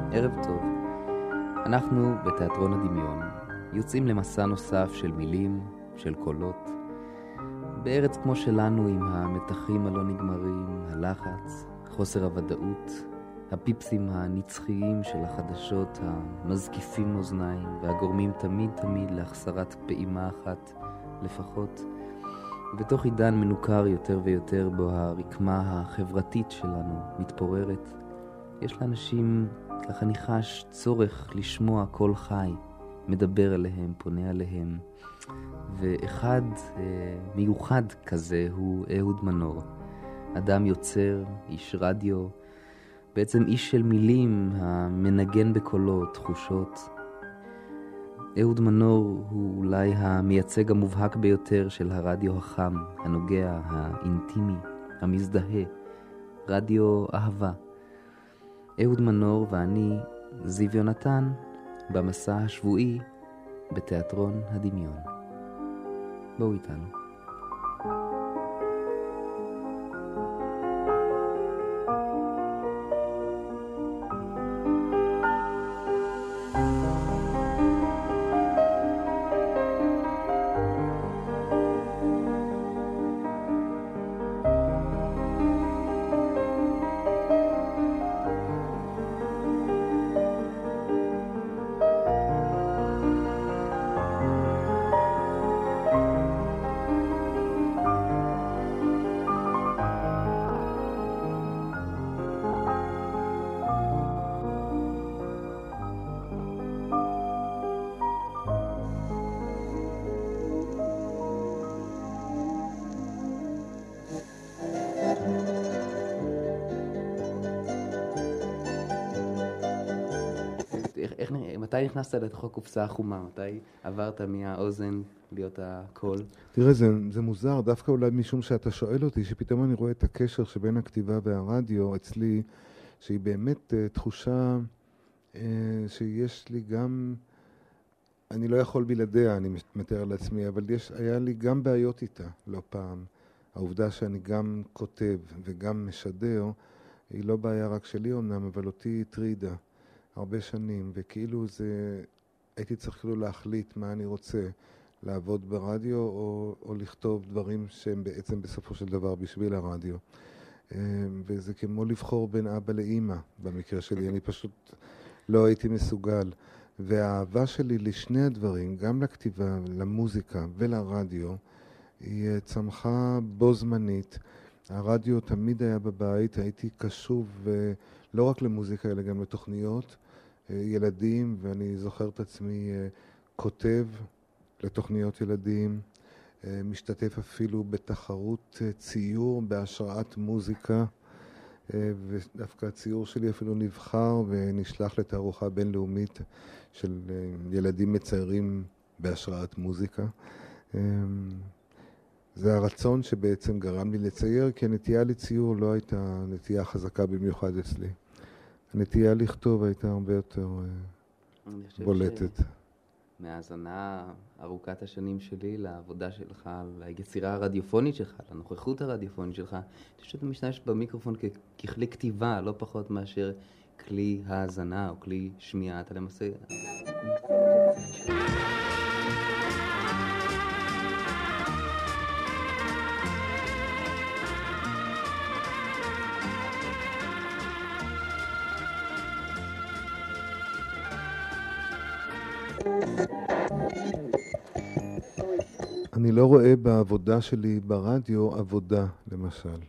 ערב טוב. אנחנו בתיאטרון הדמיון יוצאים למסע נוסף של מילים, של קולות. בארץ כמו שלנו עם המתחים הלא נגמרים, הלחץ, חוסר הוודאות, הפיפסים הנצחיים של החדשות המזקיפים אוזניים והגורמים תמיד להחסרת פעימה אחת לפחות. בתוך עידן מנוכר יותר ויותר בו הרקמה החברתית שלנו מתפוררת, יש לאנשים, ככה ניחש, צורך לשמוע קול חי, מדבר אליהם, פונה אליהם. ואחד מיוחד כזה הוא אהוד מנור. אדם יוצר, איש רדיו, בעצם איש של מילים, המנגן בקולות, תחושות. אהוד מנור הוא אולי המייצג המובהק ביותר של הרדיו החם, הנוגע, האינטימי, המזדהה, רדיו אהבה. אהוד מנור ואני, זיו יונתן, במסע השבועי בתיאטרון הדמיון. בואו איתנו. מתי נכנסת לתוך הקופסה החומה? מתי עברת מהאוזן להיות הקול? תראה, זה מוזר, דווקא אולי משום שאתה שואל אותי, שפתאום אני רואה את הקשר שבין הכתיבה והרדיו אצלי, שהיא באמת תחושה שיש לי גם, אני לא יכול בלעדיה, אני מתאר לעצמי, אבל היה לי גם בעיות איתה, לא פעם. העובדה שאני גם כותב וגם משדר, היא לא בעיה רק שלי אומנם, אבל אותי הטרידה הרבה שנים, וכאילו הייתי צריך כאילו להחליט מה אני רוצה, לעבוד ברדיו או לכתוב דברים שהם בעצם בסופו של דבר בשביל הרדיו. וזה כמו לבחור בין אבא לאמא במקרה שלי, אני פשוט לא הייתי מסוגל. והאהבה שלי לשני הדברים, גם לכתיבה, למוזיקה ולרדיו, היא צמחה בו זמנית. הרדיו תמיד היה בבית, הייתי קשוב לא רק למוזיקה אלא גם לתוכניות ילדים, ואני זוכר את עצמי כותב לתוכניות ילדים, משתתף אפילו בתחרות ציור בהשראת מוזיקה, ודווקא הציור שלי אפילו נבחר ונשלח לתערוכה בינלאומית של ילדים מציירים בהשראת מוזיקה. זה הרצון שבעצם גרם לי לצייר, כי הנטייה לציור לא הייתה נטייה חזקה במיוחד אצלי. הנטייה לכתוב הייתה הרבה יותר בולטת. מהאזנה ארוכת השנים שלי לעבודה שלך, ליצירה הרדיופונית שלך, לנוכחות הרדיופונית שלך, אני חושב שאתה משתמש במיקרופון ככלי כתיבה, לא פחות מאשר כלי האזנה או כלי שמיעה. אתה למעשה... אני לא רואה בעבודה שלי ברדיו עבודה, למשל.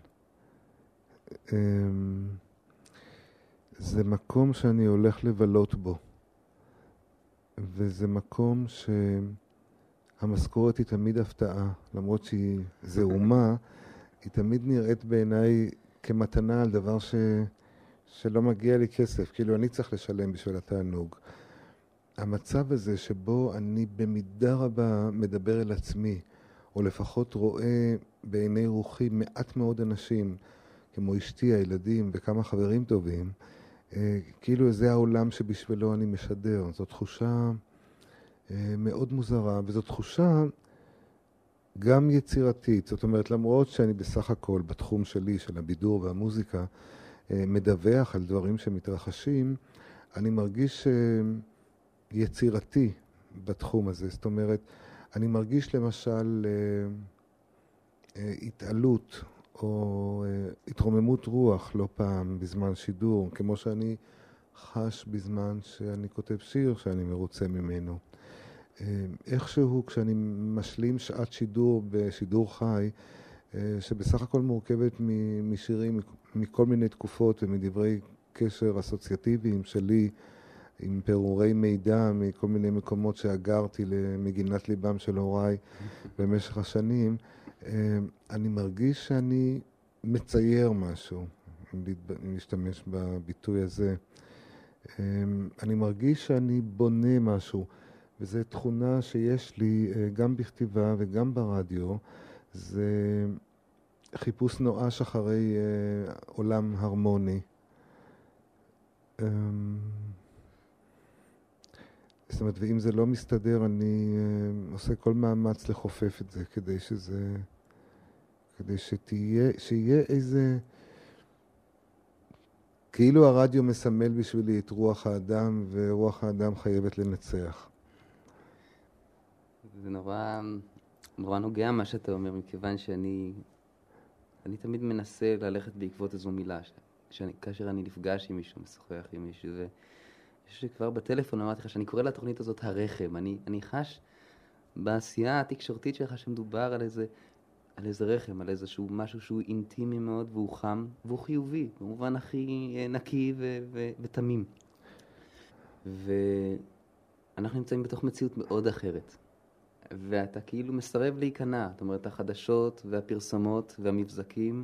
זה מקום שאני הולך לבלות בו. וזה מקום שהמשכורת היא תמיד הפתעה. למרות שהיא זעומה, היא תמיד נראית בעיניי כמתנה על דבר שלא מגיע לי כסף. כאילו אני צריך לשלם בשביל התענוג. המצב הזה שבו אני במידה רבה מדבר אל עצמי, או לפחות רואה בעיני רוחי מעט מאוד אנשים, כמו אשתי, הילדים וכמה חברים טובים, כאילו זה העולם שבשבילו אני משדר. זו תחושה מאוד מוזרה, וזו תחושה גם יצירתית. זאת אומרת, למרות שאני בסך הכל בתחום שלי, של הבידור והמוזיקה, מדווח על דברים שמתרחשים, אני מרגיש יצירתי בתחום הזה. זאת אומרת, אני מרגיש למשל התעלות או התרוממות רוח לא פעם בזמן שידור, כמו שאני חש בזמן שאני כותב שיר שאני מרוצה ממנו. איכשהו כשאני משלים שעת שידור בשידור חי, שבסך הכל מורכבת משירים מכל מיני תקופות ומדברי קשר אסוציאטיביים שלי עם פירורי מידע מכל מיני מקומות שאגרתי למגינת ליבם של הוריי במשך השנים, אני מרגיש שאני מצייר משהו, אם להשתמש בביטוי הזה. אני מרגיש שאני בונה משהו, וזו תכונה שיש לי גם בכתיבה וגם ברדיו. זה חיפוש נואש אחרי עולם הרמוני. זאת אומרת, ואם זה לא מסתדר, אני עושה כל מאמץ לחופף את זה, כדי שיהיה איזה, כאילו הרדיו מסמל בשבילי את רוח האדם, ורוח האדם חייבת לנצח. זה נורא נוגע מה שאתה אומר, מכיוון שאני תמיד מנסה ללכת בעקבות איזו מילה, כאשר אני נפגש עם מישהו, משוחח עם מישהו, שכבר בטלפון אמרתי לך שאני קורא לתוכנית הזאת הרחם. אני חש בעשייה התקשורתית שלך שמדובר על איזה רחם, על איזשהו משהו שהוא אינטימי מאוד והוא חם והוא חיובי, במובן הכי נקי ותמים. ואנחנו נמצאים בתוך מציאות מאוד אחרת. ואתה כאילו מסרב להיכנע. זאת אומרת, החדשות והפרסומות והמבזקים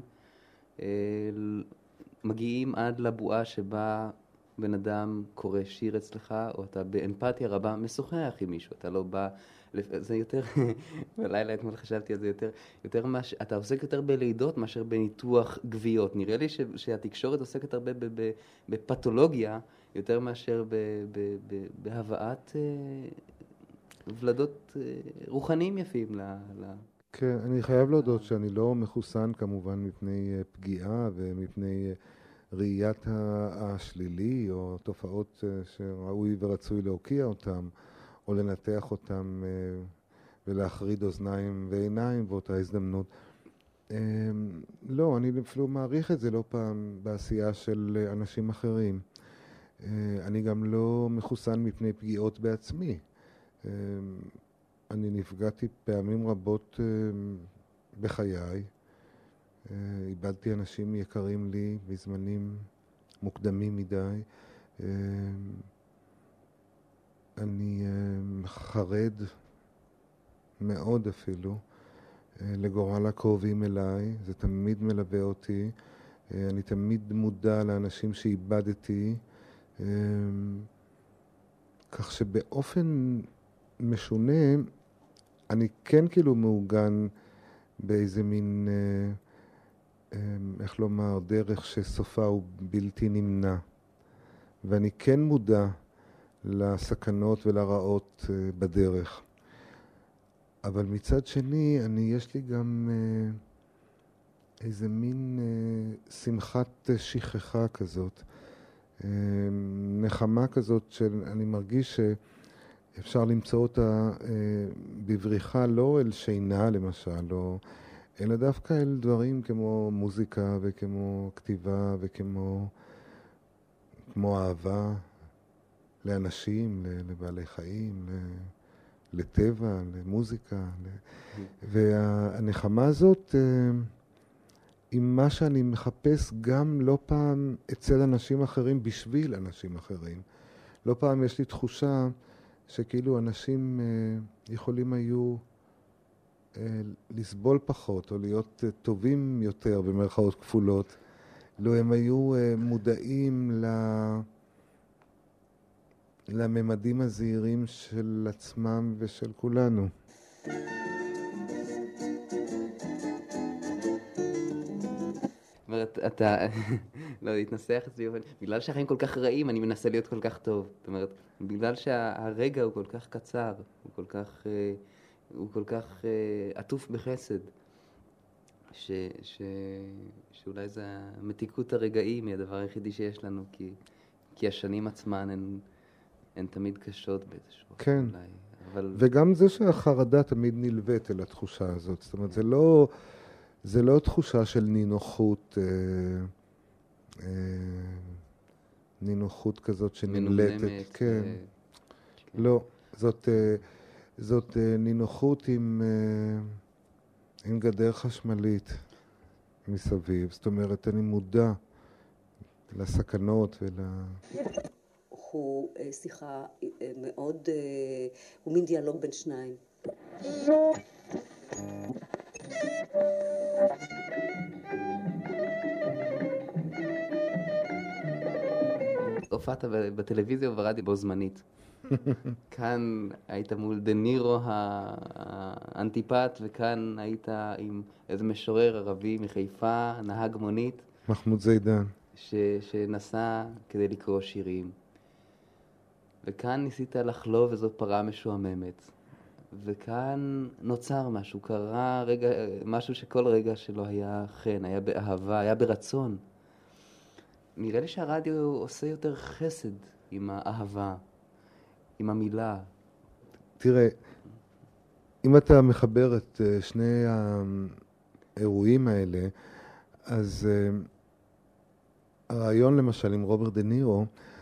מגיעים עד לבועה שבה בן אדם קורא שיר אצלך, או אתה באמפתיה רבה משוחח עם מישהו. אתה לא בא, זה יותר, בלילה אתמול חשבתי על זה יותר אתה עוסק יותר בלידות מאשר בניתוח גוויות. נראה לי שהתקשורת עוסקת הרבה בפתולוגיה, יותר מאשר בהבאת ולדות רוחניים יפים כן, אני חייב להודות שאני לא מחוסן כמובן מפני פגיעה ומפני ראיית השלילי או תופעות שראוי ורצוי להוקיע אותם או לנתח אותם ולהחריד אוזניים ועיניים באותה הזדמנות. לא, אני אפילו מעריך את זה לא פעם בעשייה של אנשים אחרים. אני גם לא מחוסן מפני פגיעות בעצמי. אני נפגעתי פעמים רבות בחיי. איבדתי אנשים יקרים לי בזמנים מוקדמים מדי. אני חרד מאוד אפילו לגורל הקרובים אליי. זה תמיד מלווה אותי. אני תמיד מודע לאנשים שאיבדתי. כך שבאופן משונה, אני כן כאילו מעוגן באיזה מין, איך לומר, דרך שסופה הוא בלתי נמנע. ואני כן מודע לסכנות ולרעות בדרך. אבל מצד שני, יש לי גם איזה מין שמחת שכחה כזאת. נחמה כזאת שאני מרגיש שאפשר למצוא אותה בבריחה לא אל שינה למשל, אלא דווקא אל דברים כמו מוזיקה וכמו כתיבה וכמו אהבה לאנשים, לבעלי חיים, לטבע, למוזיקה. והנחמה הזאת היא מה שאני מחפש גם לא פעם אצל אנשים אחרים בשביל אנשים אחרים. לא פעם יש לי תחושה שכאילו אנשים יכולים היו לסבול פחות או להיות טובים יותר במרכאות כפולות, לו הם היו מודעים לממדים הזהירים של עצמם ושל כולנו. אתה, לא, להתנסח אצלי, בגלל שהחיים כל כך רעים, אני מנסה להיות כל כך טוב. זאת אומרת, בגלל שהרגע הוא כל כך קצר, הוא כל כך עטוף בחסד, שאולי זה המתיקות הרגעי מהדבר היחידי שיש לנו, כי כי השנים עצמן הן תמיד קשות באיזשהו אופן. כן. אולי, אבל... וגם זה שהחרדה תמיד נלווית אל התחושה הזאת. זאת אומרת, זה לא תחושה של נינוחות כזאת שנמלטת. מנומנמת. כן. לא, זאת נינוחות עם גדר חשמלית מסביב. זאת אומרת, אני מודע לסכנות הוא שיחה מאוד, הוא מין דיאלוג בין שניים. הופעת בטלוויזיה וברדיו בו זמנית. כאן היית מול דה נירו האנטיפט, וכאן היית עם איזה משורר ערבי מחיפה, נהג מונית. מחמוד זידן. שנסע כדי לקרוא שירים. וכאן ניסית לחלוב איזו פרה משועממת. וכאן נוצר משהו, קרה משהו שכל רגע שלו היה חן, היה באהבה, היה ברצון. נראה לי שהרדיו עושה יותר חסד עם האהבה, עם המילה. תראה, אם אתה מחבר את שני האירועים האלה, אז הרעיון למשל עם רוברט דה נירו,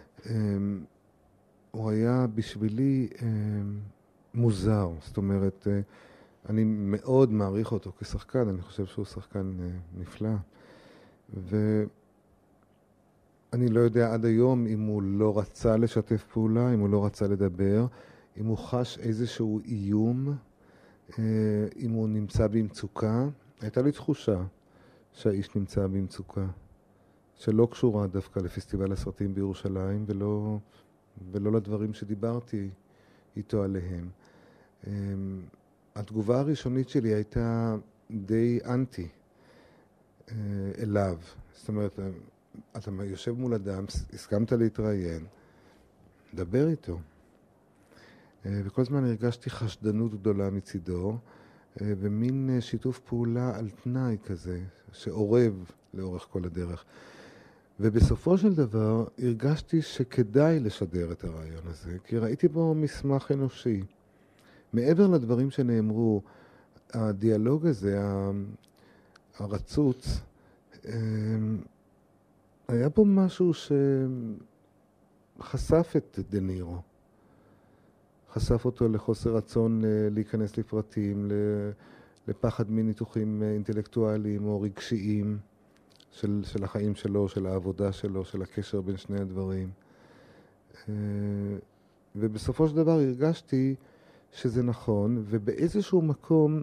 הוא היה בשבילי מוזר. זאת אומרת, אני מאוד מעריך אותו כשחקן, אני חושב שהוא שחקן נפלא. ואני לא יודע עד היום אם הוא לא רצה לשתף פעולה, אם הוא לא רצה לדבר, אם הוא חש איזשהו איום, אם הוא נמצא במצוקה. הייתה לי תחושה שהאיש נמצא במצוקה, שלא קשורה דווקא לפסטיבל הסרטים בירושלים, ולא לדברים שדיברתי איתו עליהם. התגובה הראשונית שלי הייתה די אנטי אליו. זאת אומרת, אתה יושב מול אדם, הסכמת להתראיין, דבר איתו. וכל הזמן הרגשתי חשדנות גדולה מצידו, ומין שיתוף פעולה על תנאי כזה, שעורב לאורך כל הדרך. ובסופו של דבר הרגשתי שכדאי לשדר את הרעיון הזה, כי ראיתי בו מסמך אנושי. מעבר לדברים שנאמרו, הדיאלוג הזה, הרצוץ, היה פה משהו שחשף את דה נירו. חשף אותו לחוסר רצון להיכנס לפרטים, לפחד מניתוחים אינטלקטואליים או רגשיים של החיים שלו, של העבודה שלו, של הקשר בין שני הדברים. ובסופו של דבר הרגשתי שזה נכון, ובאיזשהו מקום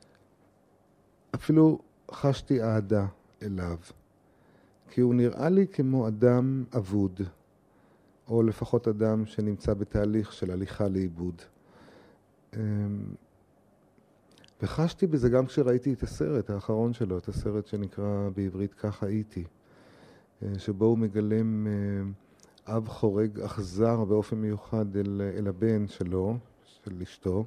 אפילו חשתי אהדה אליו. כי הוא נראה לי כמו אדם אבוד, או לפחות אדם שנמצא בתהליך של הליכה לאיבוד. וחשתי בזה גם כשראיתי את הסרט האחרון שלו, את הסרט שנקרא בעברית "כך הייתי", שבו הוא מגלם אב חורג אכזר באופן מיוחד אל הבן שלו, של אשתו.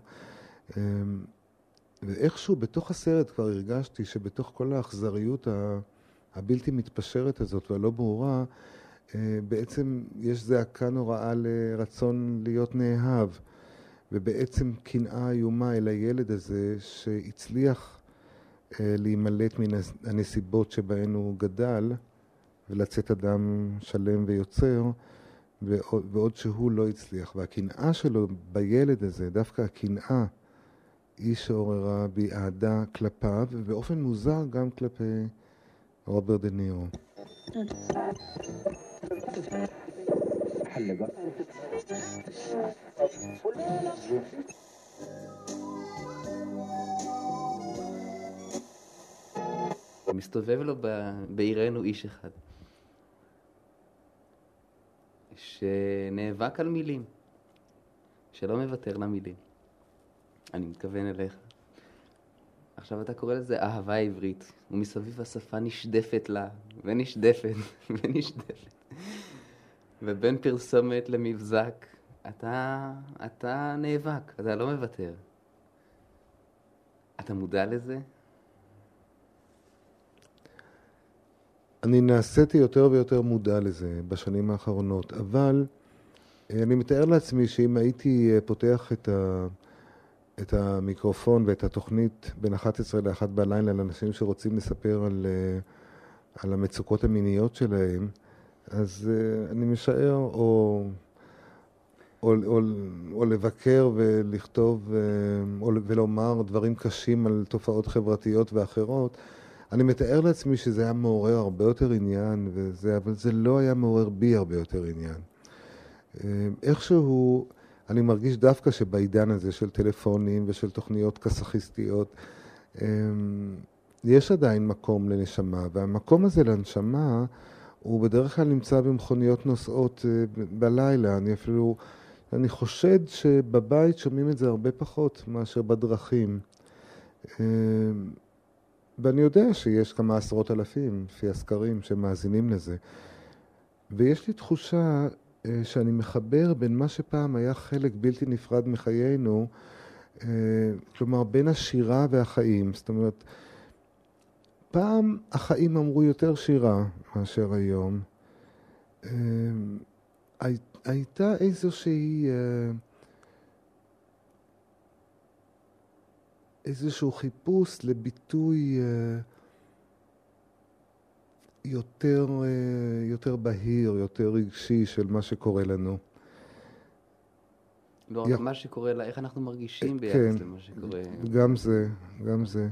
ואיכשהו בתוך הסרט כבר הרגשתי שבתוך כל האכזריות הבלתי מתפשרת הזאת והלא ברורה, בעצם יש זעקה נוראה לרצון להיות נאהב, ובעצם קנאה איומה אל הילד הזה שהצליח להימלט מן הנסיבות שבהן הוא גדל ולצאת אדם שלם ויוצר, ועוד שהוא לא הצליח. והקנאה שלו בילד הזה, דווקא הקנאה, היא שעוררה בי אהדה כלפיו, ובאופן מוזר גם כלפי רוברט דה נירו. מסתובב לו בעירנו איש אחד שנאבק על מילים, שלא מוותר למילים. אני מתכוון אליך. עכשיו אתה קורא לזה אהבה עברית, ומסביב השפה נשדפת לה, ונשדפת, ונשדפת. ובין פרסומת למבזק, אתה נאבק, אתה לא מוותר. אתה מודע לזה? אני נעשיתי יותר ויותר מודע לזה בשנים האחרונות, אבל אני מתאר לעצמי שאם הייתי פותח את המיקרופון ואת התוכנית בין 11 ל-1 בלילה לאנשים שרוצים לספר על המצוקות המיניות שלהם, אז אני משער או לבקר ולכתוב ולומר דברים קשים על תופעות חברתיות ואחרות, אני מתאר לעצמי שזה היה מעורר הרבה יותר עניין, אבל זה לא היה מעורר בי הרבה יותר עניין. איכשהו אני מרגיש דווקא שבעידן הזה של טלפונים ושל תוכניות קסאכיסטיות, יש עדיין מקום לנשמה, והמקום הזה לנשמה הוא בדרך כלל נמצא במכוניות נוסעות בלילה. אני חושד שבבית שומעים את זה הרבה פחות מאשר בדרכים. ואני יודע שיש כמה עשרות אלפים, לפי הסקרים, שמאזינים לזה. ויש לי תחושה שאני מחבר בין מה שפעם היה חלק בלתי נפרד מחיינו, כלומר בין השירה והחיים. זאת אומרת, פעם החיים אמרו יותר שירה מאשר היום. הייתה איזשהו חיפוש לביטוי יותר בהיר, יותר רגשי של מה שקורה לנו. לא רק מה שקורה, אלא איך אנחנו מרגישים ביחס למה שקורה. גם זה.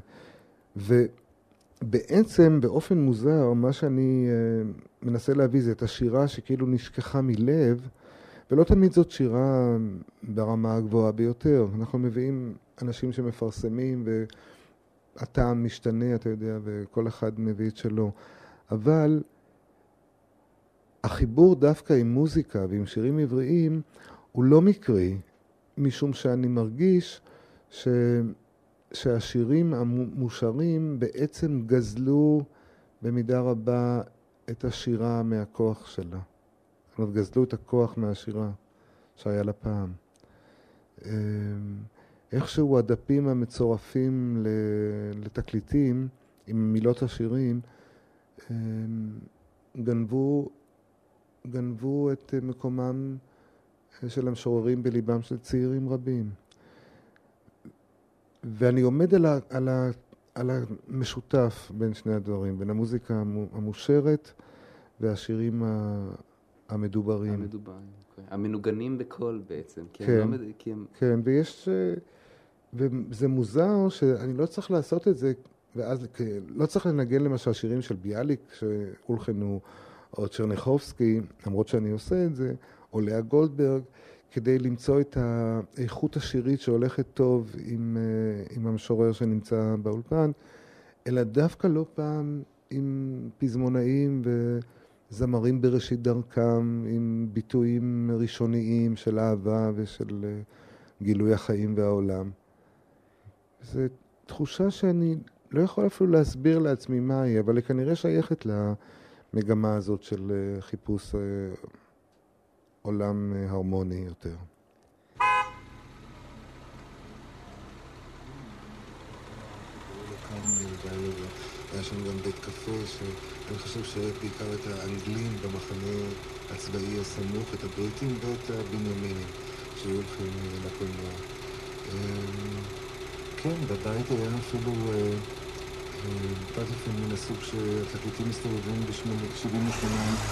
ובעצם, באופן מוזר, מה שאני מנסה להביא זה את השירה שכאילו נשכחה מלב, ולא תמיד זאת שירה ברמה הגבוהה ביותר. אנחנו מביאים אנשים שמפרסמים, והטעם משתנה, אתה יודע, וכל אחד מביא את שלו. אבל החיבור דווקא עם מוזיקה ועם שירים עבריים הוא לא מקרי, משום שאני מרגיש שהשירים המושרים בעצם גזלו במידה רבה את השירה מהכוח שלה. זאת אומרת, גזלו את הכוח מהשירה שהיה לה פעם. איכשהו הדפים המצורפים לתקליטים עם מילות השירים גנבו את מקומם של המשוררים בליבם של צעירים רבים. ואני עומד על המשותף בין שני הדברים, בין המוזיקה המושרת והשירים המדוברים. המנוגנים בקול בעצם. כן, וזה מוזר שאני לא צריך לעשות את זה, ואז לא צריך לנגן למשל שירים של ביאליק שהולחנו, או צ'רניחובסקי, למרות שאני עושה את זה, או לאה גולדברג, כדי למצוא את האיכות השירית שהולכת טוב עם המשורר שנמצא באולפן, אלא דווקא לא פעם עם פזמונאים וזמרים בראשית דרכם, עם ביטויים ראשוניים של אהבה ושל גילוי החיים והעולם. זו תחושה שאני לא יכול אפילו להסביר לעצמי מה היא, אבל היא כנראה שייכת למגמה הזאת של חיפוש עולם הרמוני יותר. היה שם גם בית קפה שאני חושב שראית בעיקר את האנגלים במחנה הצבאי הסמוך, את הבריטים ואת הבנימינים שהיו הולכים לקולנוע. כן, בבית היה אפילו פטיפון מן הסוג שהתקליטים מסתובבים ב-78.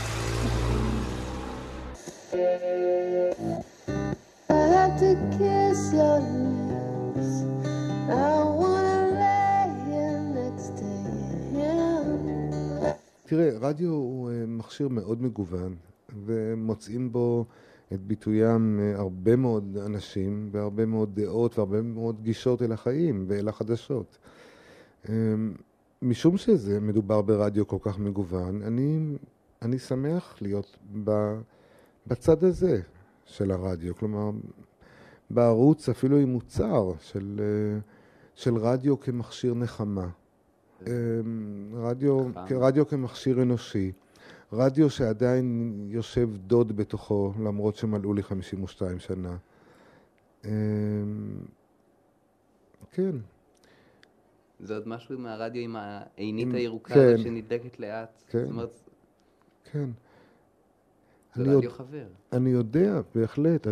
I have to kiss your lips. I wanna lay here next to you. תראה, רדיו הוא מכשיר מאוד מגוון, ומוצאים בו את ביטוים הרבה מאוד אנשים, והרבה מאוד דעות, והרבה מאוד גישות אל החיים ואל החדשות. משום שזה מדובר ברדיו כל כך מגוון, אני שמח להיות בצד הזה של הרדיו, כלומר, בערוץ אפילו עם מוצר של רדיו כמכשיר נחמה, רדיו כמכשיר אנושי, רדיו שעדיין יושב דוד בתוכו, למרות שמלאו לי 52 שנה. כן. זה עוד משהו עם הרדיו, עם העינית הירוקה כן. הזאת שנדלקת לאט. כן. זאת אומרת, כן. זה רדיו חבר. אני יודע, בהחלט,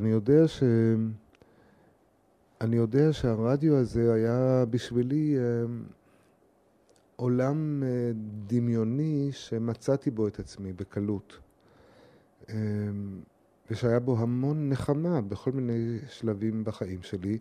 אני יודע שהרדיו הזה היה בשבילי עולם דמיוני שמצאתי בו את עצמי בקלות. ושהיה בו המון נחמה בכל מיני שלבים בחיים שלי,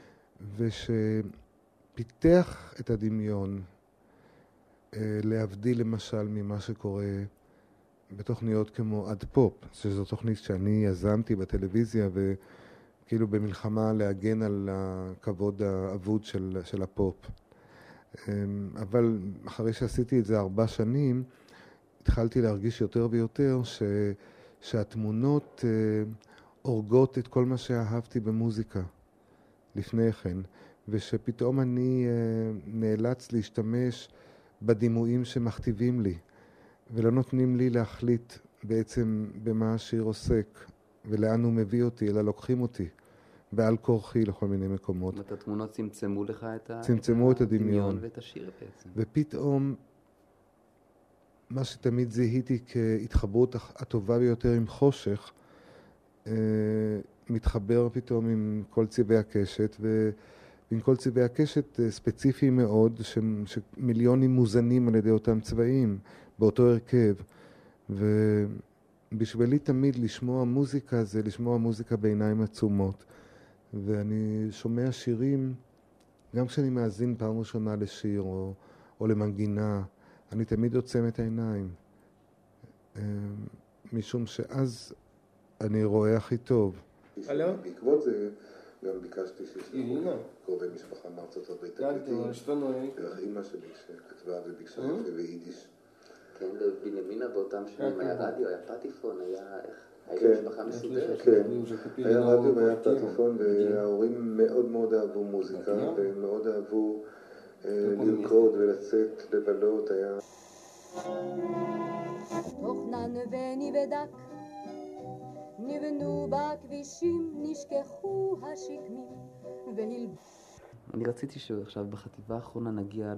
ושפיתח את הדמיון, להבדיל למשל ממה שקורה בתוכניות כמו עד פופ, שזו תוכנית שאני יזמתי בטלוויזיה וכאילו במלחמה להגן על הכבוד האבוד של הפופ. אבל אחרי שעשיתי את זה 4 שנים, התחלתי להרגיש יותר ויותר שהתמונות הורגות את כל מה שאהבתי במוזיקה לפני כן, ושפתאום אני נאלץ להשתמש בדימויים שמכתיבים לי, ולא נותנים לי להחליט בעצם במה השיר עוסק, ולאן הוא מביא אותי, אלא לוקחים אותי בעל כורחי לכל מיני מקומות. זאת התמונות צמצמו לך צמצמו את הדמיון ואת השיר בעצם. ופתאום מה שתמיד זיהיתי כהתחברות הטובה ביותר עם חושך, מתחבר פתאום עם כל צבעי הקשת, ועם כל צבעי הקשת ספציפיים מאוד, שמיליונים מוזנים על ידי אותם צבעים, באותו הרכב. ובשבילי תמיד לשמוע מוזיקה זה לשמוע מוזיקה בעיניים עצומות. ואני שומע שירים, גם כשאני מאזין פעם ראשונה לשיר או למנגינה, אני תמיד עוצם את העיניים, משום שאז אני רואה הכי טוב. בעקבות זה גם ביקשתי שישלחו קרובי משפחה מארצות הברית תקליטים, דרך אמא שלי שכתבה וביקשה את זה ביידיש. כן, לבנימינה באותם שנים היה רדיו, היה פטיפון, היה משפחה מסודרת. כן, היה רדיו והיה פטיפון, וההורים מאוד מאוד אהבו מוזיקה, ומאוד אהבו לרקוד ולצאת לבלות. היה תוכנן ונבדק, נבנו בכבישים, נשכחו השקמים אני רציתי שעכשיו בחטיבה האחרונה נגיע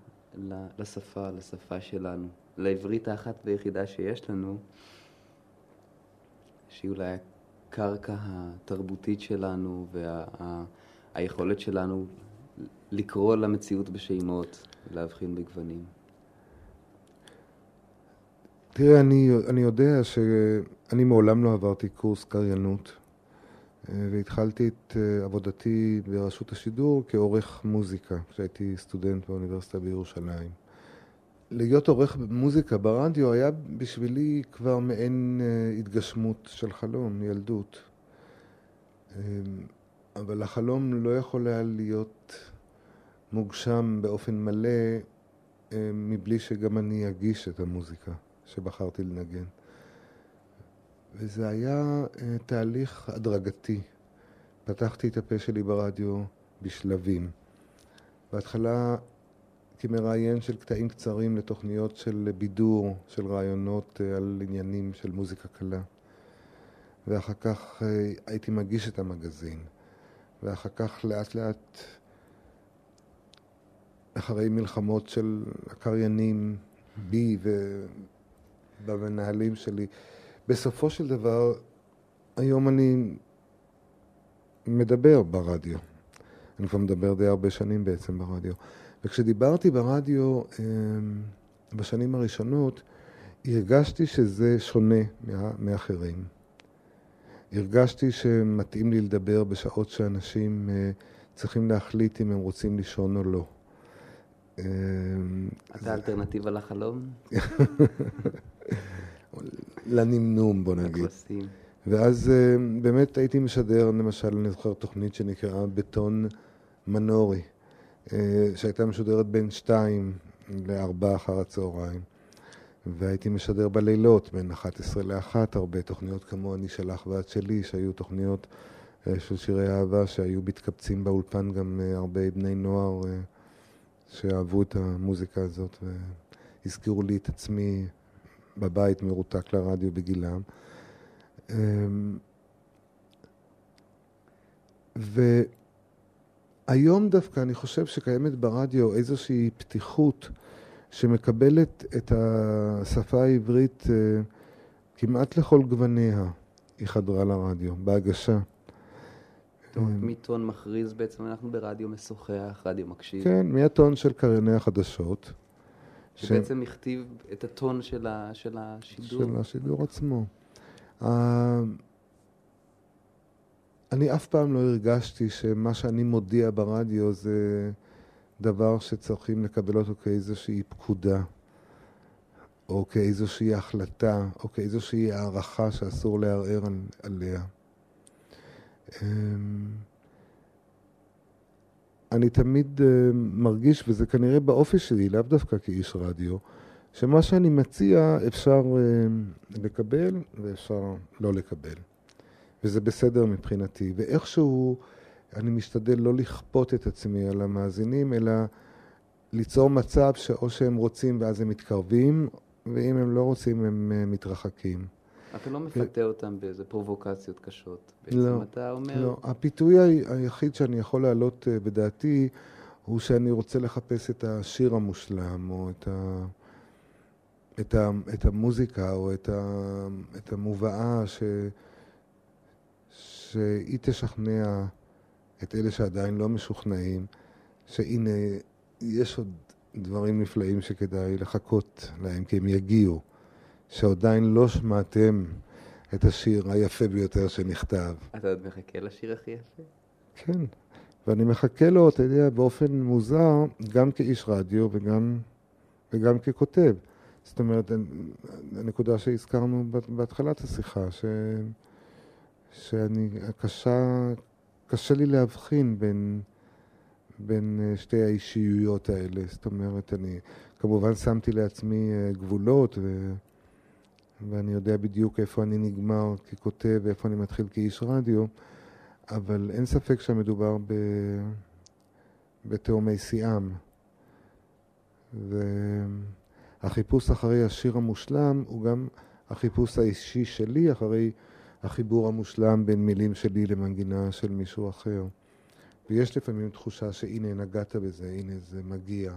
לשפה שלנו, לעברית האחת והיחידה שיש לנו, שהיא אולי הקרקע התרבותית שלנו והיכולת שלנו לקרוא למציאות בשמות, להבחין בגוונים. תראה, אני יודע שאני מעולם לא עברתי קורס קריינות, והתחלתי את עבודתי ברשות השידור כעורך מוזיקה, כשהייתי סטודנט באוניברסיטה בירושלים. להיות עורך מוזיקה ברדיו היה בשבילי כבר מעין התגשמות של חלום, ילדות. אבל החלום לא יכול היה להיות מוגשם באופן מלא מבלי שגם אני אגיש את המוזיקה שבחרתי לנגן. וזה היה תהליך הדרגתי. פתחתי את הפה שלי ברדיו בשלבים. בהתחלה כמראיין של קטעים קצרים לתוכניות של בידור, של רעיונות על עניינים של מוזיקה קלה. ואחר כך הייתי מגיש את המגזין. ואחר כך לאט לאט, אחרי מלחמות של הקריינים בי ובמנהלים שלי, בסופו של דבר, היום אני מדבר ברדיו. אני כבר מדבר די הרבה שנים בעצם ברדיו. וכשדיברתי ברדיו בשנים הראשונות, הרגשתי שזה שונה מאחרים. הרגשתי שמתאים לי לדבר בשעות שאנשים צריכים להחליט אם הם רוצים לישון או לא. אתה אלטרנטיבה לחלום? לנמנום, בוא נגיד. לקבסים. ואז באמת הייתי משדר, למשל, אני זוכר תוכנית שנקראה בטון מנורי, שהייתה משודרת בין 2 ל-4 אחר הצהריים. והייתי משדר בלילות, בין 11 ל-1, הרבה תוכניות כמו אני שלח ואת שלי, שהיו תוכניות של שירי אהבה, שהיו מתקבצים באולפן גם הרבה בני נוער שאהבו את המוזיקה הזאת, והזכירו לי את עצמי בבית מרותק לרדיו בגילם. היום דווקא אני חושב שקיימת ברדיו איזושהי פתיחות שמקבלת את השפה העברית כמעט לכל גווניה. היא חדרה לרדיו, בהגשה. זאת אומרת, מטון מכריז בעצם אנחנו ברדיו משוחח, רדיו מקשיב. כן, מהטון של קרייני החדשות. שבעצם הכתיב את הטון של השידור. של השידור עצמו. אני אף פעם לא הרגשתי שמה שאני מודיע ברדיו זה דבר שצריכים לקבל אותו כאיזושהי פקודה, או כאיזושהי החלטה, או כאיזושהי הערכה שאסור לערער עליה. אני תמיד מרגיש, וזה כנראה באופי שלי, לאו דווקא כאיש רדיו, שמה שאני מציע אפשר לקבל ואפשר לא לקבל. וזה בסדר מבחינתי. ואיכשהו אני משתדל לא לכפות את עצמי על המאזינים, אלא ליצור מצב שאו שהם רוצים ואז הם מתקרבים, ואם הם לא רוצים הם מתרחקים. אתה לא מפתה אותם באיזה פרובוקציות קשות. בעצם לא, אתה אומר... לא. הפיתוי היחיד שאני יכול להעלות בדעתי, הוא שאני רוצה לחפש את השיר המושלם, או את המוזיקה, או את המובאה שהיא תשכנע את אלה שעדיין לא משוכנעים, שהנה יש עוד דברים נפלאים שכדאי לחכות להם, כי הם יגיעו, שעדיין לא שמעתם את השיר היפה ביותר שנכתב. אתה עוד מחכה לשיר הכי יפה? כן, ואני מחכה לו, אתה יודע, באופן מוזר, גם כאיש רדיו וגם ככותב. זאת אומרת, הנקודה שהזכרנו בהתחלת השיחה, קשה לי להבחין בין שתי האישיויות האלה. זאת אומרת, אני כמובן שמתי לעצמי גבולות, ואני יודע בדיוק איפה אני נגמר ככותב ואיפה אני מתחיל כאיש רדיו, אבל אין ספק שמדובר בתאומי סיאם. והחיפוש אחרי השיר המושלם הוא גם החיפוש האישי שלי אחרי החיבור המושלם בין מילים שלי למנגינה של מישהו אחר. ויש לפעמים תחושה שהנה נגעת בזה, הנה זה מגיע.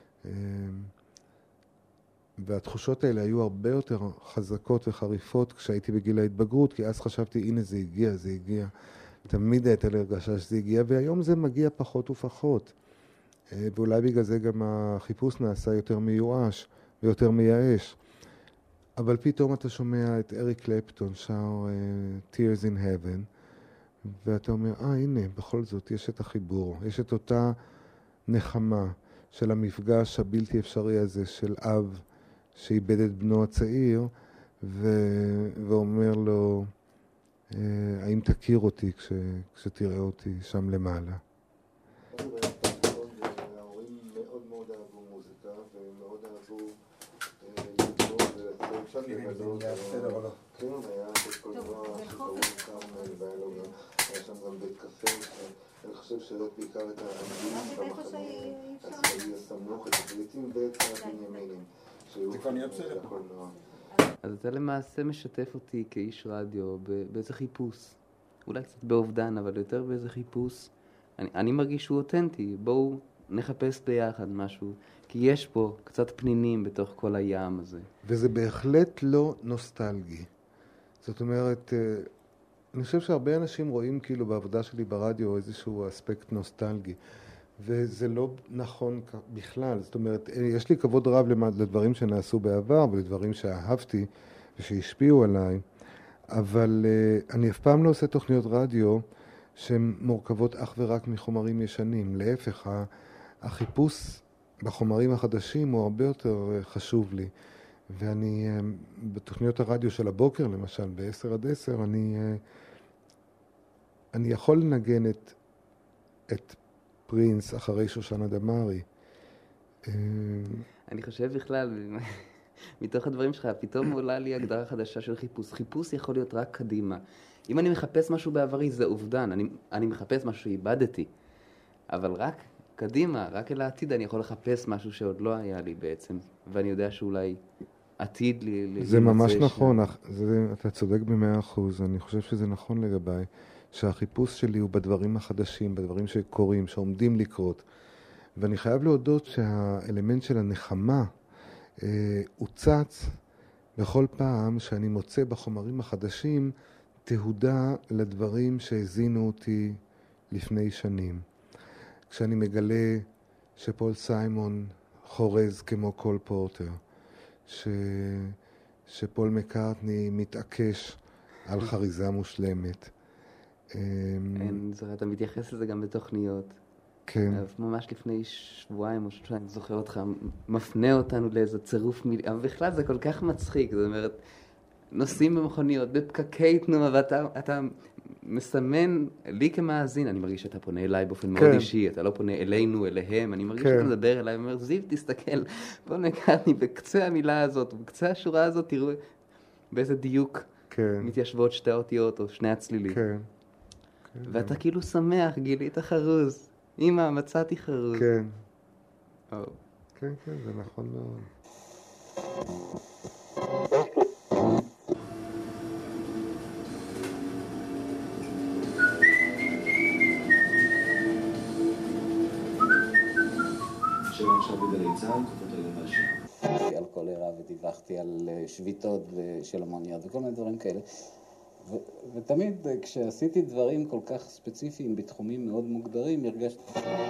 והתחושות האלה היו הרבה יותר חזקות וחריפות כשהייתי בגיל ההתבגרות, כי אז חשבתי, הנה זה הגיע, זה הגיע. תמיד הייתה לי הרגשה שזה הגיע, והיום זה מגיע פחות ופחות. ואולי בגלל זה גם החיפוש נעשה יותר מיואש ויותר מייאש. אבל פתאום אתה שומע את אריק קלפטון שר Tears in Heaven, ואתה אומר, הנה, בכל זאת יש את החיבור, יש את אותה נחמה של המפגש הבלתי אפשרי הזה של אב שאיבד את בנו הצעיר, ואומר לו, האם תכיר אותי כשתראה אותי שם למעלה? ההורים מאוד מאוד אהבו מוזיקה, והם מאוד אהבו לגמור, כן, היה בית קולנוע שקראו כרמל, והיה שם גם בית קפה, אני חושב שרק בעיקר את האנגלים במחנה הצבאי הסמוך, את הפליטים ואת הבנימינים. זה כבר נהיה בסדר. אז אתה למעשה משתף אותי כאיש רדיו באיזה חיפוש. אולי קצת באובדן, אבל יותר באיזה חיפוש. אני מרגיש שהוא אותנטי. בואו נחפש ביחד משהו. כי יש פה קצת פנינים בתוך כל הים הזה. וזה בהחלט לא נוסטלגי. זאת אומרת, אני חושב שהרבה אנשים רואים כאילו בעבודה שלי ברדיו איזשהו אספקט נוסטלגי. וזה לא נכון בכלל. זאת אומרת, יש לי כבוד רב לדברים שנעשו בעבר ולדברים שאהבתי ושהשפיעו עליי, אבל אני אף פעם לא עושה תוכניות רדיו שהן מורכבות אך ורק מחומרים ישנים. להפך, החיפוש בחומרים החדשים הוא הרבה יותר חשוב לי. ואני, בתוכניות הרדיו של הבוקר, למשל, ב-10-10, אני יכול לנגן את פרינס אחרי שושנה דמארי. אני חושב בכלל, מתוך הדברים שלך, פתאום עולה לי הגדרה חדשה של חיפוש. חיפוש יכול להיות רק קדימה. אם אני מחפש משהו בעברי, זה אובדן. אני מחפש משהו שאיבדתי. אבל רק קדימה, רק אל העתיד, אני יכול לחפש משהו שעוד לא היה לי בעצם. ואני יודע שאולי עתיד לי... זה ממש נכון. אתה צודק ב100%. אני חושב שזה נכון לגביי. שהחיפוש שלי הוא בדברים החדשים, בדברים שקורים, שעומדים לקרות. ואני חייב להודות שהאלמנט של הנחמה הוא צץ בכל פעם שאני מוצא בחומרים החדשים תהודה לדברים שהזינו אותי לפני שנים. כשאני מגלה שפול סיימון חורז כמו קול פורטר, שפול מקארטני מתעקש על חריזה מושלמת. אתה מתייחס לזה גם בתוכניות. כן. ממש לפני שבועיים או שבועיים, אני זוכר אותך, מפנה אותנו לאיזה צירוף מילים, אבל בכלל זה כל כך מצחיק, זאת אומרת, נוסעים במכוניות, בפקקי תנועה, ואתה מסמן, לי כמאזין, אני מרגיש שאתה פונה אליי באופן מאוד אישי, אתה לא פונה אלינו, אליהם, אני מרגיש שאתה מדבר אליי, ואומר, זיו, תסתכל, בוא נקרני בקצה המילה הזאת, בקצה השורה הזאת, תראו באיזה דיוק מתיישבות שתי האותיות או שני הצלילים. ואתה כאילו שמח, גילית חרוז. אמא, מצאתי חרוז. כן. כן, זה נכון מאוד. עכשיו בגלי צה"ל, כוחות היבשה. על קולרה ודיווחתי על שביתות של המוניות וכל מיני דברים כאלה. ותמיד כשעשיתי דברים כל כך ספציפיים בתחומים מאוד מוגדרים, הרגשתי...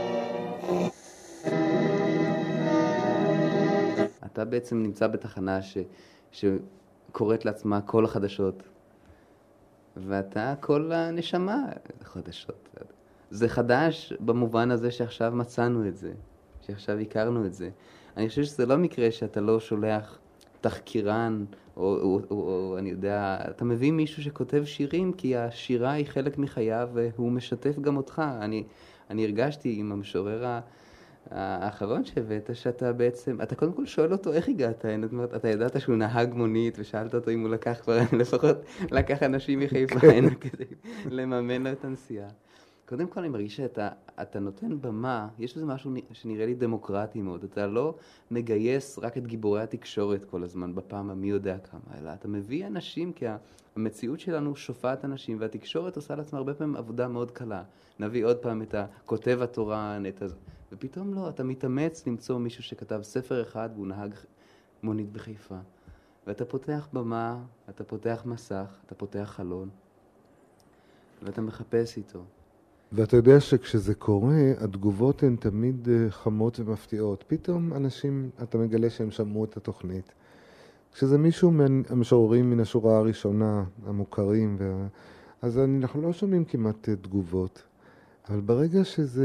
אתה בעצם נמצא בתחנה שקוראת לעצמה כל החדשות, ואתה כל הנשמה חדשות. זה חדש במובן הזה שעכשיו מצאנו את זה, שעכשיו הכרנו את זה. אני חושב שזה לא מקרה שאתה לא שולח תחקירן, או אני יודע, אתה מביא מישהו שכותב שירים, כי השירה היא חלק מחייו, והוא משתף גם אותך. אני הרגשתי עם המשורר האחרון שהבאת, שאתה בעצם, אתה קודם כל שואל אותו איך הגעת, אתה ידעת שהוא נהג מונית, ושאלת אותו אם הוא לקח כבר, לפחות לקח אנשים מחיפה הנה כדי לממן לו את הנסיעה. קודם כל אני מרגיש שאתה נותן במה, יש לזה משהו שנראה לי דמוקרטי מאוד, אתה לא מגייס רק את גיבורי התקשורת כל הזמן בפעם המי יודע כמה, אלא אתה מביא אנשים, כי המציאות שלנו שופעת אנשים, והתקשורת עושה לעצמה הרבה פעמים עבודה מאוד קלה. נביא עוד פעם את הכותב התורן, ופתאום לא, אתה מתאמץ למצוא מישהו שכתב ספר אחד והוא נהג מונית בחיפה. ואתה פותח במה, אתה פותח מסך, אתה פותח חלון, ואתה מחפש איתו. ואתה יודע שכשזה קורה, התגובות הן תמיד חמות ומפתיעות. פתאום אנשים, אתה מגלה שהם שמעו את התוכנית. כשזה מישהו מהמשוררים מן השורה הראשונה, המוכרים, אז אנחנו לא שומעים כמעט תגובות. אבל ברגע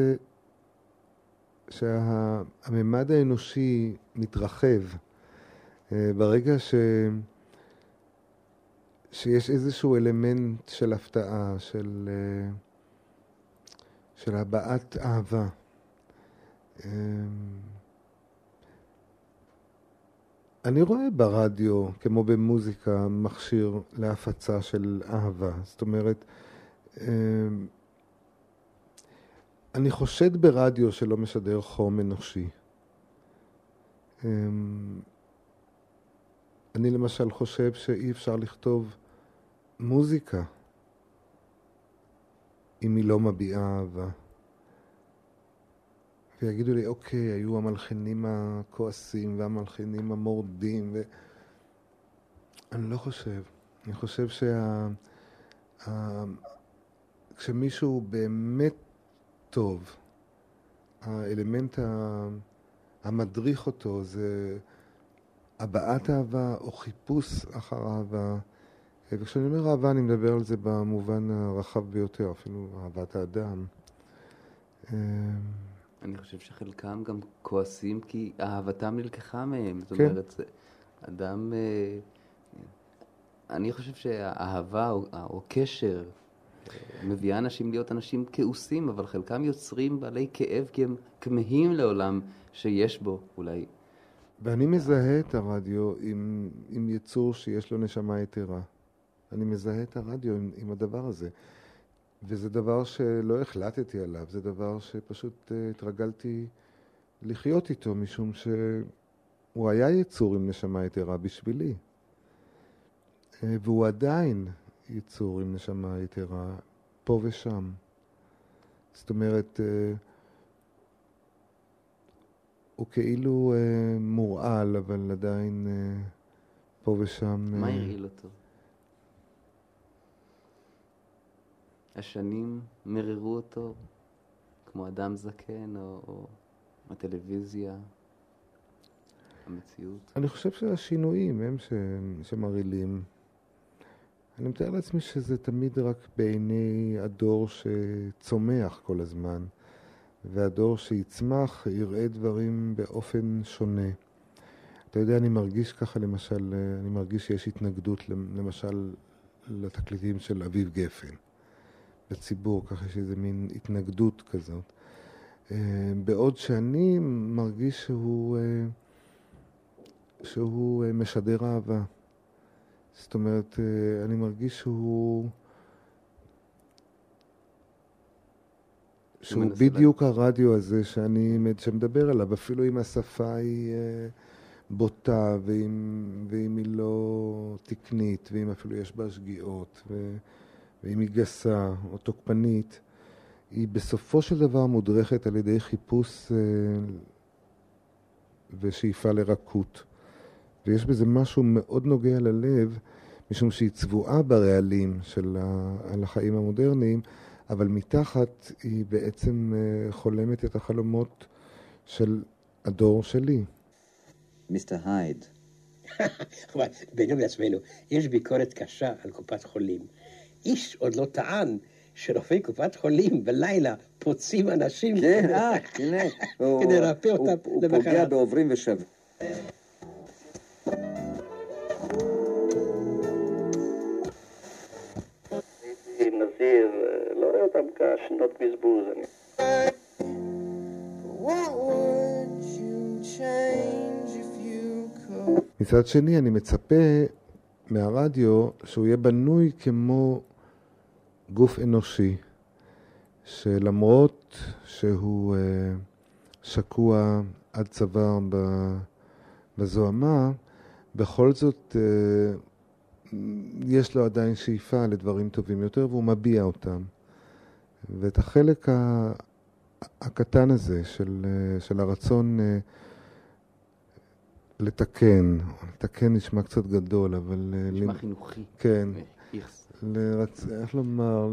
שהממד האנושי מתרחב, ברגע שיש איזשהו אלמנט של הפתעה, של הבעת אהבה. אני רואה ברדיו, כמו במוזיקה, מכשיר להפצה של אהבה. זאת אומרת, אני חושד ברדיו שלא משדר חום אנושי. אני למשל חושב שאי אפשר לכתוב מוזיקה אם היא לא מביעה אהבה. ויגידו לי, אוקיי, היו המלחינים הכועסים והמלחינים המורדים, אני לא חושב. אני חושב כשמישהו באמת טוב, האלמנט המדריך אותו זה הבעת אהבה או חיפוש אחר אהבה. וכשאני אומר אהבה, אני מדבר על זה במובן הרחב ביותר, אפילו אהבת האדם. אני חושב שחלקם גם כועסים כי אהבתם נלקחה מהם. זאת אומרת, זה אדם... אני חושב שהאהבה או קשר מביאה אנשים להיות אנשים כעוסים, אבל חלקם יוצרים בעלי כאב כי הם כמהים לעולם שיש בו אולי. ואני מזהה את הרדיו עם יצור שיש לו נשמה יתרה. אני מזהה את הרדיו עם הדבר הזה. וזה דבר שלא החלטתי עליו, זה דבר שפשוט התרגלתי לחיות איתו, משום שהוא היה יצור עם נשמה יתרה בשבילי. והוא עדיין יצור עם נשמה יתרה פה ושם. זאת אומרת, הוא כאילו מורעל, אבל עדיין פה ושם... מה הרעיל אותו? השנים מררו אותו כמו אדם זקן, או הטלוויזיה, המציאות? אני חושב שהשינויים הם שמרעילים. אני מתאר לעצמי שזה תמיד רק בעיני הדור שצומח כל הזמן, והדור שיצמח יראה דברים באופן שונה. אתה יודע, אני מרגיש ככה, למשל, אני מרגיש שיש התנגדות, למשל, לתקליטים של אביב גפן. בציבור, ככה יש איזה מין התנגדות כזאת. בעוד שאני מרגיש שהוא משדר אהבה. זאת אומרת, אני מרגיש שהוא בדיוק הרדיו הזה שמדבר עליו, אפילו אם השפה היא בוטה, ואם היא לא תקנית, ואם אפילו יש בה שגיאות, ואם היא גסה או תוקפנית, היא בסופו של דבר מודרכת על ידי חיפוש ושאיפה לרקות. ויש בזה משהו מאוד נוגע ללב, משום שהיא צבועה ברעלים על החיים המודרניים, אבל מתחת היא בעצם חולמת את החלומות של הדור שלי. מיסטר הייד. אבל בינינו לעצמנו, יש ביקורת קשה על קופת חולים. איש עוד לא טען שרופאי קופת חולים בלילה פוצעים אנשים. כן, הנה. כדי לרפא אותם למחרת. הוא פוגע בעוברים ושב. נזיר, לא רואה אותם כשנות בזבוז. מצד שני, אני מצפה מהרדיו שהוא יהיה בנוי כמו גוף אנושי, שלמרות שהוא שקוע עד צוואר בזוהמה, בכל זאת יש לו עדיין שאיפה לדברים טובים יותר, והוא מביע אותם. ואת החלק הקטן הזה של הרצון לתקן נשמע קצת גדול, אבל... נשמע חינוכי. כן. איך לומר?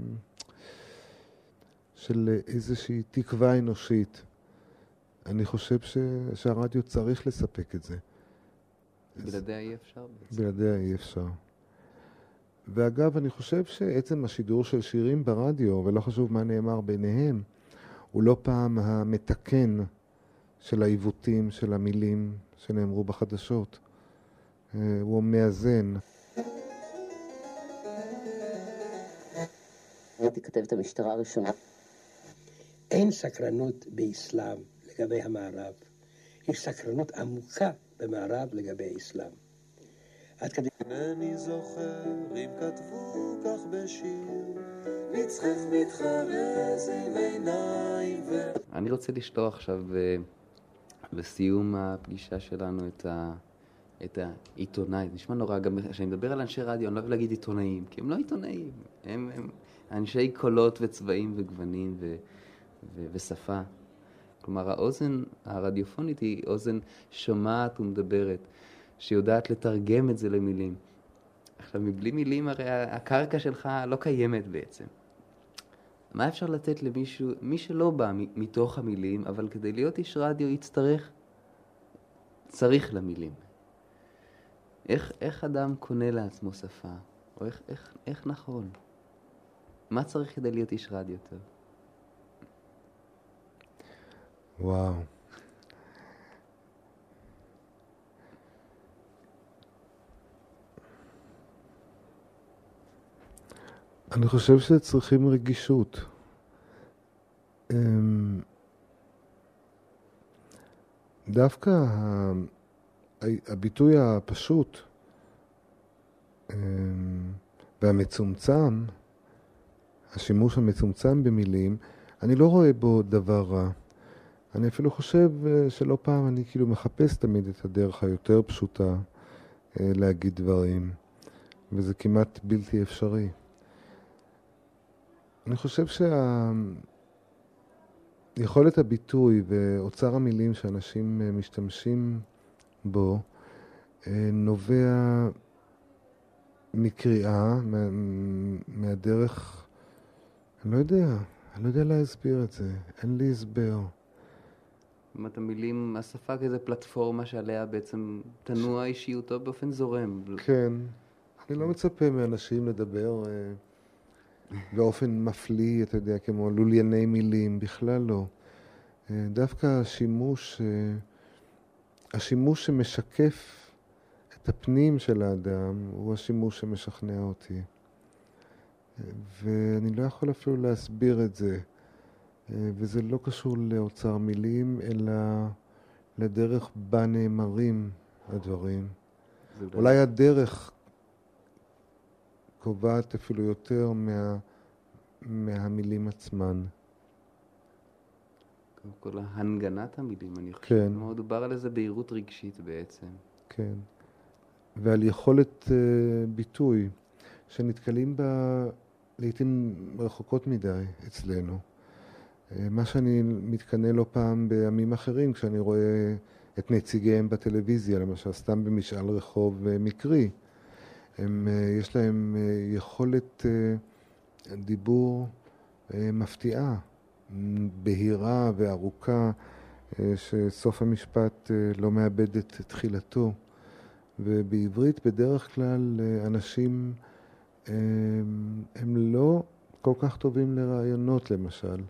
של איזושהי תקווה אנושית. אני חושב שהרדיו צריך לספק את זה. בלעדיה אי אפשר בעצם. בלעדיה אי אפשר. ואגב, אני חושב שעצם השידור של שירים ברדיו, ולא חשוב מה נאמר ביניהם, הוא לא פעם המתקן של העיוותים של המילים שנאמרו בחדשות. הוא מאזן. הייתי כתבת המשטרה הראשונה. אין סקרנות באסלאם לגבי המערב. יש סקרנות עמוקה במערב לגבי האסלאם. עד כדי... אני זוכר אם כתבו כך בשיר, מצחך מתחרז עם עיניים אני רוצה לשלוח עכשיו בסיום הפגישה שלנו את העיתונאי. זה נשמע נורא, גם כשאני מדבר על אנשי רדיו, אני לא אוהב להגיד עיתונאים, כי הם לא עיתונאים. הם אנשי קולות וצבעים וגוונים ושפה. כלומר, האוזן הרדיופונית היא אוזן שומעת ומדברת, שיודעת לתרגם את זה למילים. עכשיו, מבלי מילים, הרי הקרקע שלך לא קיימת בעצם. מה אפשר לתת למישהו, מי שלא בא מתוך המילים, אבל כדי להיות איש רדיו צריך למילים. איך אדם קונה לעצמו שפה? או איך נכון? מה צריך כדי להיות איש רדיו טוב? וואו. אני חושב שצריכים רגישות. דווקא הביטוי הפשוט והמצומצם, השימוש המצומצם במילים, אני לא רואה בו דבר רע. אני אפילו חושב שלא פעם אני כאילו מחפש תמיד את הדרך היותר פשוטה להגיד דברים, וזה כמעט בלתי אפשרי. אני חושב יכולת הביטוי ואוצר המילים שאנשים משתמשים בו נובע מקריאה, מהדרך, אני לא יודע להסביר את זה, אין לי הסבר. זאת אומרת, המילים, השפה כזה פלטפורמה שעליה בעצם תנוע אישיותו באופן זורם. כן, אני לא מצפה מאנשים לדבר באופן מפליא, אתה יודע, כמו לולייני מילים, בכלל לא. דווקא השימוש שמשקף את הפנים של האדם הוא השימוש שמשכנע אותי. ואני לא יכול אפילו להסביר את זה. וזה לא קשור לאוצר מילים, אלא לדרך בה נאמרים הדברים. אולי הדרך קובעת אפילו יותר מהמילים עצמן. כל ההנגנת המילים, אני חושב. כן. מאוד דובר על איזה בהירות רגשית בעצם. כן. ועל יכולת ביטוי, שנתקלים בה לעתים רחוקות מדי אצלנו. מה שאני מתקנה לא פעם בימים אחרים, כשאני רואה את נציגיהם בטלוויזיה, למשל סתם במשאל רחוב מקרי. יש להם יכולת דיבור מפתיעה, בהירה וארוכה, שסוף המשפט לא מאבד את תחילתו. ובעברית בדרך כלל אנשים הם לא כל כך טובים לרעיונות למשל.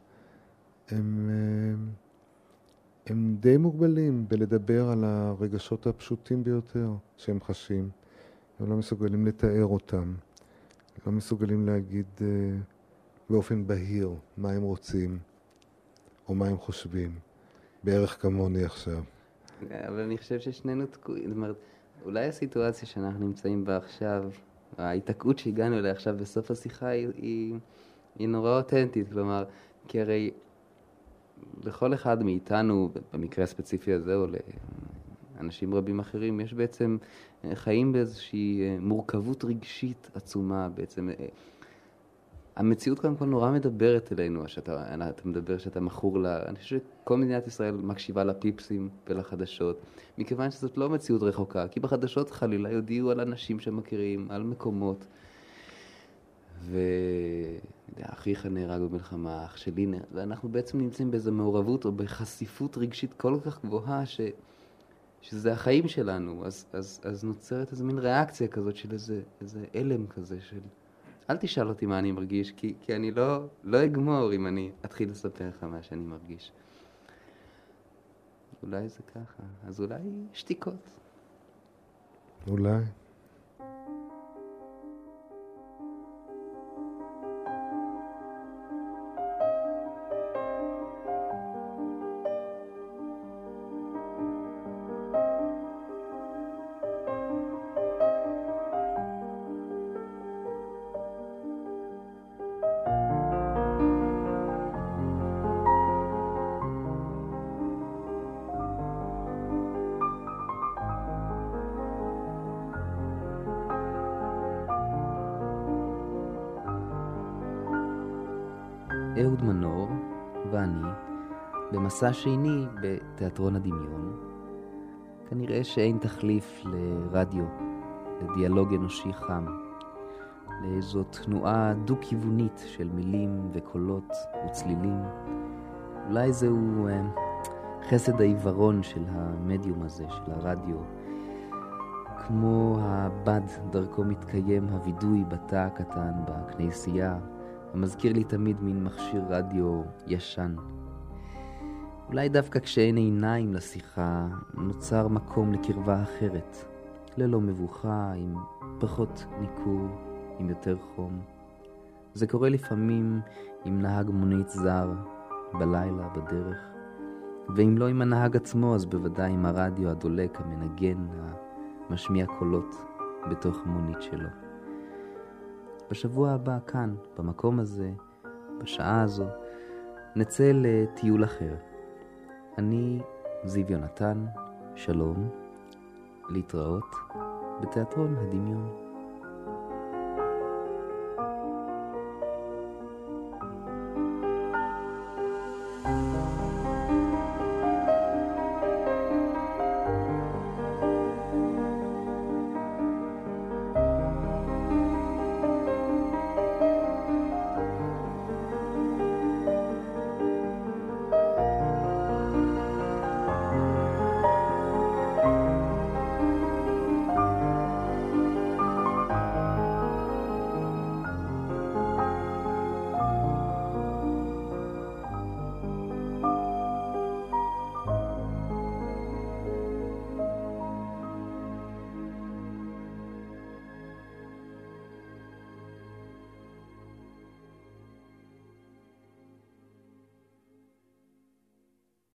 הם די מוגבלים בלדבר על הרגשות הפשוטים ביותר שהם חשים. הם לא מסוגלים לתאר אותם. לא מסוגלים להגיד באופן בהיר מה הם רוצים או מה הם חושבים. בערך כמוני עכשיו. אבל אני חושב ששנינו תקועים. זאת אומרת, אולי הסיטואציה שאנחנו נמצאים בה עכשיו, ההתעקעות שהגענו אליה עכשיו בסוף השיחה היא נורא אותנטית. כלומר, כי הרי לכל אחד מאיתנו, במקרה הספציפי הזה, או לאנשים רבים אחרים, יש בעצם חיים באיזושהי מורכבות רגשית עצומה בעצם. המציאות קודם כל נורא מדברת אלינו, אתה מדבר שאתה מכור לה. אני חושב שכל מדינת ישראל מקשיבה לפיפסים ולחדשות, מכיוון שזאת לא מציאות רחוקה, כי בחדשות חלילה יודיעו על אנשים שמכירים, על מקומות. אחיך נהרג במלחמה, אח שלי נהרג, ואנחנו בעצם נמצאים באיזו מעורבות או בחשיפות רגשית כל כך גבוהה שזה החיים שלנו. אז נוצרת איזו מין ריאקציה כזאת של איזה אלם כזה של אל תשאל אותי מה אני מרגיש, כי אני לא אגמור אם אני אתחיל לספר לך מה שאני מרגיש. אולי זה ככה, אז אולי שתיקות. אולי. אהוד מנור ואני במסע שני בתיאטרון הדמיון. כנראה שאין תחליף לרדיו, לדיאלוג אנושי חם, לאיזו תנועה דו-כיוונית של מילים וקולות וצלילים. אולי זהו חסד העיוורון של המדיום הזה, של הרדיו, כמו הבד דרכו מתקיים הוידוי בתא הקטן בכנסייה, המזכיר לי תמיד מין מכשיר רדיו ישן. אולי דווקא כשאין עיניים לשיחה, נוצר מקום לקרבה אחרת, ללא מבוכה, עם פחות ניכור, עם יותר חום. זה קורה לפעמים עם נהג מונית זר, בלילה, בדרך, ואם לא עם הנהג עצמו, אז בוודאי עם הרדיו הדולק, המנגן, המשמיע קולות בתוך המונית שלו. בשבוע הבא כאן, במקום הזה, בשעה הזו, נצא לטיול אחר. אני זיו יונתן, שלום, להתראות בתיאטרון הדמיון.